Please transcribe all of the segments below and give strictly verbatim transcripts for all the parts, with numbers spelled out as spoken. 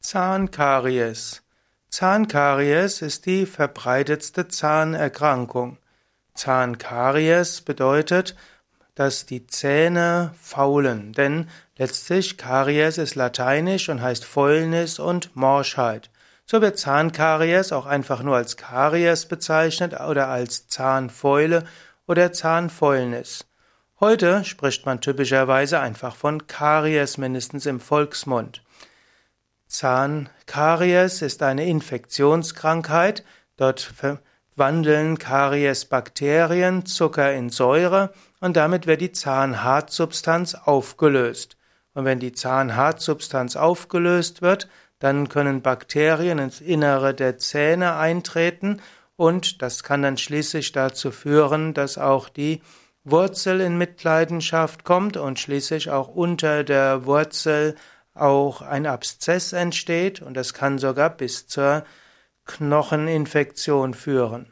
Zahnkaries. Zahnkaries ist die verbreitetste Zahnerkrankung. Zahnkaries bedeutet, dass die Zähne faulen, denn letztlich Karies ist lateinisch und heißt Fäulnis und Morschheit. So wird Zahnkaries auch einfach nur als Karies bezeichnet oder als Zahnfäule oder Zahnfäulnis. Heute spricht man typischerweise einfach von Karies, mindestens im Volksmund. Zahnkaries ist eine Infektionskrankheit. Dort verwandeln Kariesbakterien Zucker in Säure und damit wird die Zahnhartsubstanz aufgelöst. Und wenn die Zahnhartsubstanz aufgelöst wird, dann können Bakterien ins Innere der Zähne eintreten und das kann dann schließlich dazu führen, dass auch die Wurzel in Mitleidenschaft kommt und schließlich auch unter der Wurzel auch ein Abszess entsteht und das kann sogar bis zur Knocheninfektion führen.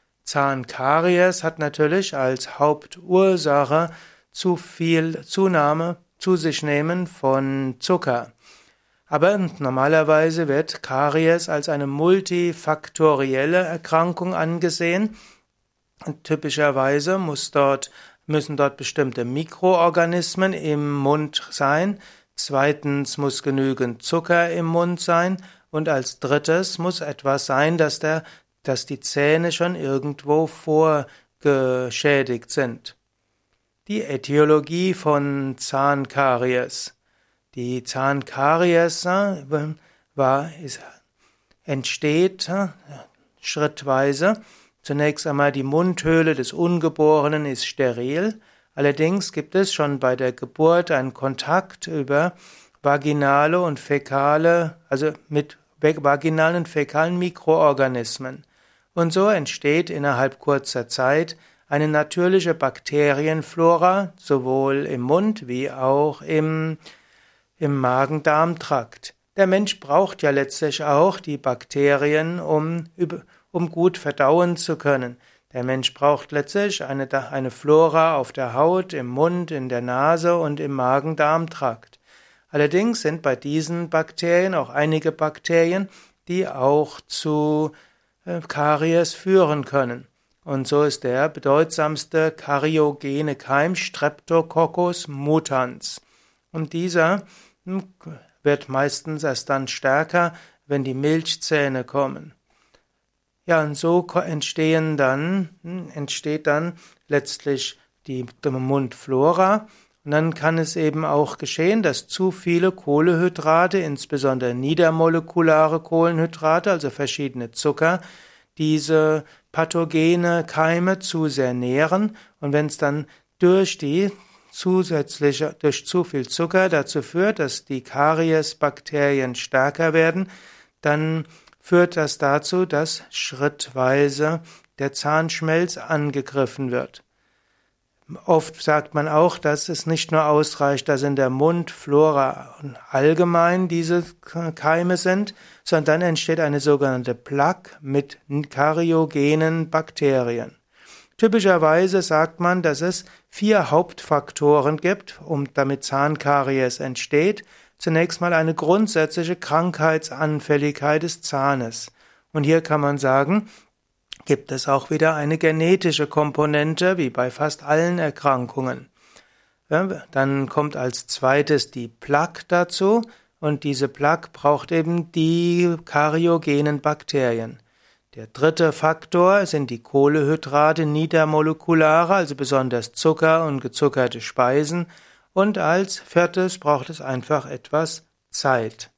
Zahnkaries hat natürlich als Hauptursache zu viel Zunahme, zu sich nehmen von Zucker. Aber normalerweise wird Karies als eine multifaktorielle Erkrankung angesehen. Und typischerweise muss dort, müssen dort bestimmte Mikroorganismen im Mund sein. Zweitens muss genügend Zucker im Mund sein. Und als drittes muss etwas sein, dass, der, dass die Zähne schon irgendwo vorgeschädigt sind. Die Ätiologie von Zahnkaries. Die Zahnkaries war, ist, entsteht schrittweise. Zunächst einmal die Mundhöhle des Ungeborenen ist steril. Allerdings gibt es schon bei der Geburt einen Kontakt über vaginale und fäkale, also mit vaginalen und fäkalen Mikroorganismen. Und so entsteht innerhalb kurzer Zeit eine natürliche Bakterienflora, sowohl im Mund wie auch im, im Magen-Darm-Trakt. Der Mensch braucht ja letztlich auch die Bakterien, um, um gut verdauen zu können. Der Mensch braucht letztlich eine, eine Flora auf der Haut, im Mund, in der Nase und im Magen-Darm-Trakt. Allerdings sind bei diesen Bakterien auch einige Bakterien, die auch zu äh, Karies führen können. Und so ist der bedeutsamste kariogene Keim Streptococcus mutans. Und dieser hm, wird meistens erst dann stärker, wenn die Milchzähne kommen. Ja, und so entstehen dann, entsteht dann letztlich die Mundflora. Und dann kann es eben auch geschehen, dass zu viele Kohlenhydrate, insbesondere niedermolekulare Kohlenhydrate, also verschiedene Zucker, diese pathogene Keime zu sehr nähren. Und wenn es dann durch die zusätzliche, durch zu viel Zucker dazu führt, dass die Kariesbakterien stärker werden, dann führt das dazu, dass schrittweise der Zahnschmelz angegriffen wird. Oft sagt man auch, dass es nicht nur ausreicht, dass in der Mundflora allgemein diese Keime sind, sondern dann entsteht eine sogenannte Plaque mit kariogenen Bakterien. Typischerweise sagt man, dass es vier Hauptfaktoren gibt, um damit Zahnkaries entsteht. Zunächst mal eine grundsätzliche Krankheitsanfälligkeit des Zahnes. Und hier kann man sagen, gibt es auch wieder eine genetische Komponente, wie bei fast allen Erkrankungen. Ja, dann kommt als zweites die Plaque dazu und diese Plaque braucht eben die kariogenen Bakterien. Der dritte Faktor sind die Kohlenhydrate, niedermolekulare, also besonders Zucker und gezuckerte Speisen. Und als viertes braucht es einfach etwas Zeit.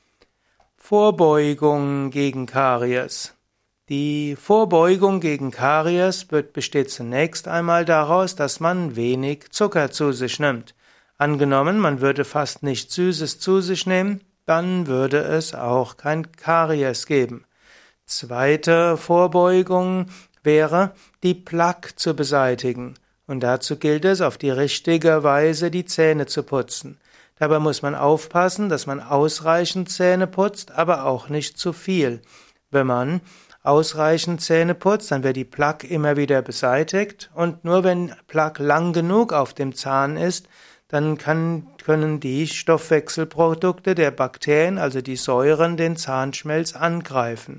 Vorbeugung gegen Karies. Die Vorbeugung gegen Karies besteht zunächst einmal daraus, dass man wenig Zucker zu sich nimmt. Angenommen, man würde fast nichts Süßes zu sich nehmen, dann würde es auch kein Karies geben. Zweite Vorbeugung wäre, die Plaque zu beseitigen. Und dazu gilt es, auf die richtige Weise die Zähne zu putzen. Dabei muss man aufpassen, dass man ausreichend Zähne putzt, aber auch nicht zu viel. Wenn man ausreichend Zähne putzt, dann wird die Plaque immer wieder beseitigt und nur wenn Plaque lang genug auf dem Zahn ist, dann kann, können die Stoffwechselprodukte der Bakterien, also die Säuren, den Zahnschmelz angreifen.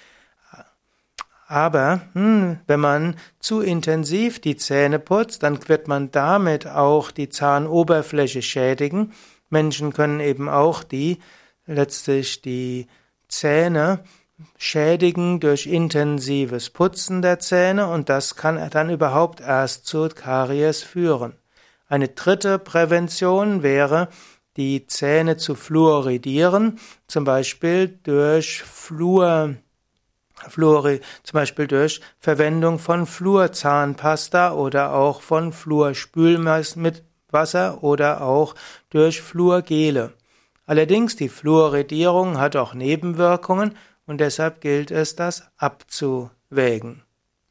Aber hm, wenn man zu intensiv die Zähne putzt, dann wird man damit auch die Zahnoberfläche schädigen. Menschen können eben auch die letztlich die Zähne schädigen durch intensives Putzen der Zähne und das kann dann überhaupt erst zu Karies führen. Eine dritte Prävention wäre, die Zähne zu fluoridieren, zum Beispiel durch Fluor Fluori, zum Beispiel durch Verwendung von Fluorzahnpasta oder auch von Fluorspülmittel mit Wasser oder auch durch Fluorgele. Allerdings, die Fluoridierung hat auch Nebenwirkungen und deshalb gilt es, das abzuwägen.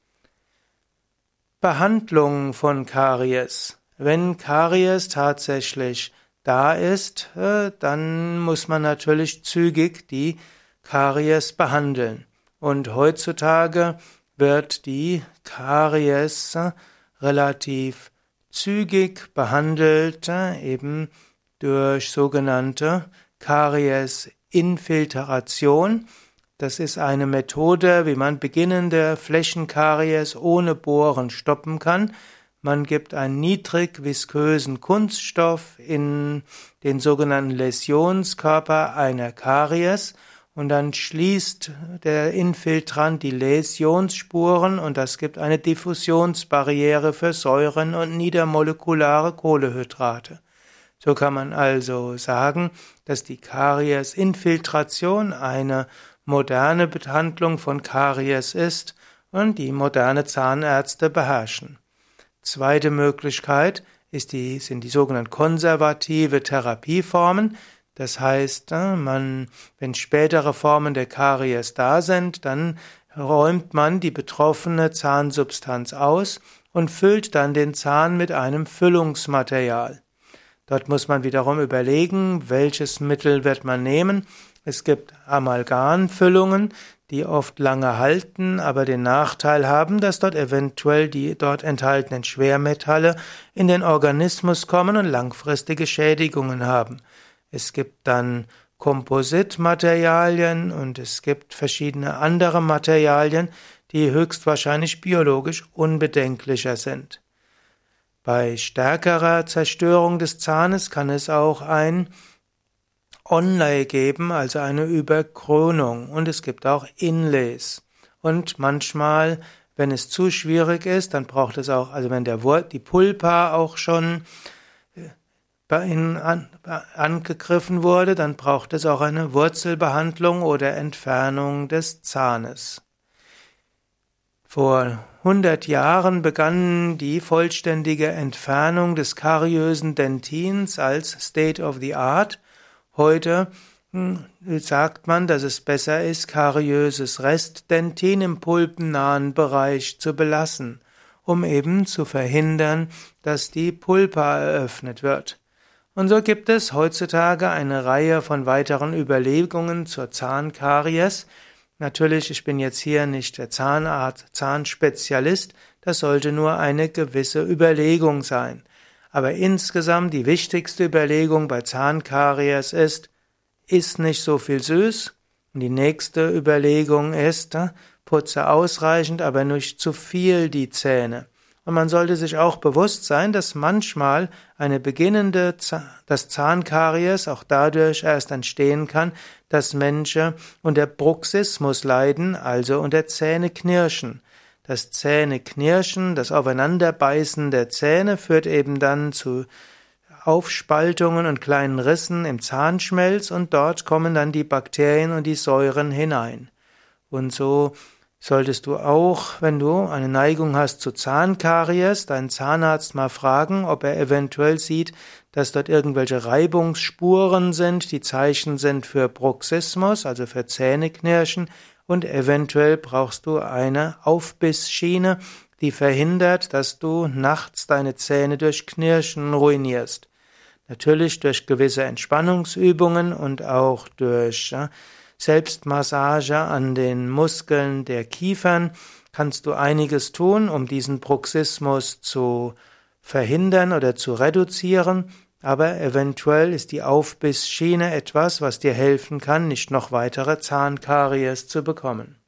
Behandlung von Karies. Wenn Karies tatsächlich da ist, dann muss man natürlich zügig die Karies behandeln. Und heutzutage wird die Karies relativ zügig behandelt, eben durch sogenannte Karies-Infiltration. Das ist eine Methode, wie man beginnende Flächenkaries ohne Bohren stoppen kann. Man gibt einen niedrig viskösen Kunststoff in den sogenannten Läsionskörper einer Karies und dann schließt der Infiltrant die Läsionsspuren und das gibt eine Diffusionsbarriere für Säuren und niedermolekulare Kohlenhydrate. So kann man also sagen, dass die Karies-Infiltration eine moderne Behandlung von Karies ist und die moderne Zahnärzte beherrschen. Zweite Möglichkeit ist die, sind die sogenannten konservative Therapieformen. Das heißt, man, wenn spätere Formen der Karies da sind, dann räumt man die betroffene Zahnsubstanz aus und füllt dann den Zahn mit einem Füllungsmaterial. Dort muss man wiederum überlegen, welches Mittel wird man nehmen. Es gibt Amalgamfüllungen, die oft lange halten, aber den Nachteil haben, dass dort eventuell die dort enthaltenen Schwermetalle in den Organismus kommen und langfristige Schädigungen haben. Es gibt dann Kompositmaterialien und es gibt verschiedene andere Materialien, die höchstwahrscheinlich biologisch unbedenklicher sind. Bei stärkerer Zerstörung des Zahnes kann es auch ein Onlay geben, also eine Überkrönung, und es gibt auch Inlays. Und manchmal, wenn es zu schwierig ist, dann braucht es auch, also wenn der Wurt, die Pulpa auch schon bei Ihnen an, angegriffen wurde, dann braucht es auch eine Wurzelbehandlung oder Entfernung des Zahnes. Vor hundert Jahren begann die vollständige Entfernung des kariösen Dentins als State of the Art. Heute hm, sagt man, dass es besser ist, kariöses Restdentin im pulpennahen Bereich zu belassen, um eben zu verhindern, dass die Pulpa eröffnet wird. Und so gibt es heutzutage eine Reihe von weiteren Überlegungen zur Zahnkaries. Natürlich, ich bin jetzt hier nicht der Zahnarzt, Zahnspezialist, das sollte nur eine gewisse Überlegung sein. Aber insgesamt die wichtigste Überlegung bei Zahnkaries ist, iss nicht so viel süß. Und die nächste Überlegung ist, putze ausreichend, aber nicht zu viel die Zähne. Und man sollte sich auch bewusst sein, dass manchmal eine beginnende, das Zahnkaries auch dadurch erst entstehen kann, dass Menschen unter Bruxismus leiden, also unter Zähneknirschen. Das Zähneknirschen, das Aufeinanderbeißen der Zähne führt eben dann zu Aufspaltungen und kleinen Rissen im Zahnschmelz und dort kommen dann die Bakterien und die Säuren hinein. Und so solltest du auch, wenn du eine Neigung hast zu Zahnkaries, deinen Zahnarzt mal fragen, ob er eventuell sieht, dass dort irgendwelche Reibungsspuren sind, die Zeichen sind für Bruxismus, also für Zähneknirschen, und eventuell brauchst du eine Aufbissschiene, die verhindert, dass du nachts deine Zähne durch Knirschen ruinierst. Natürlich durch gewisse Entspannungsübungen und auch durch ja, Selbstmassage an den Muskeln der Kiefern kannst du einiges tun, um diesen Bruxismus zu verhindern oder zu reduzieren. aber eventuell ist die Aufbissschiene etwas, was dir helfen kann, nicht noch weitere Zahnkaries zu bekommen.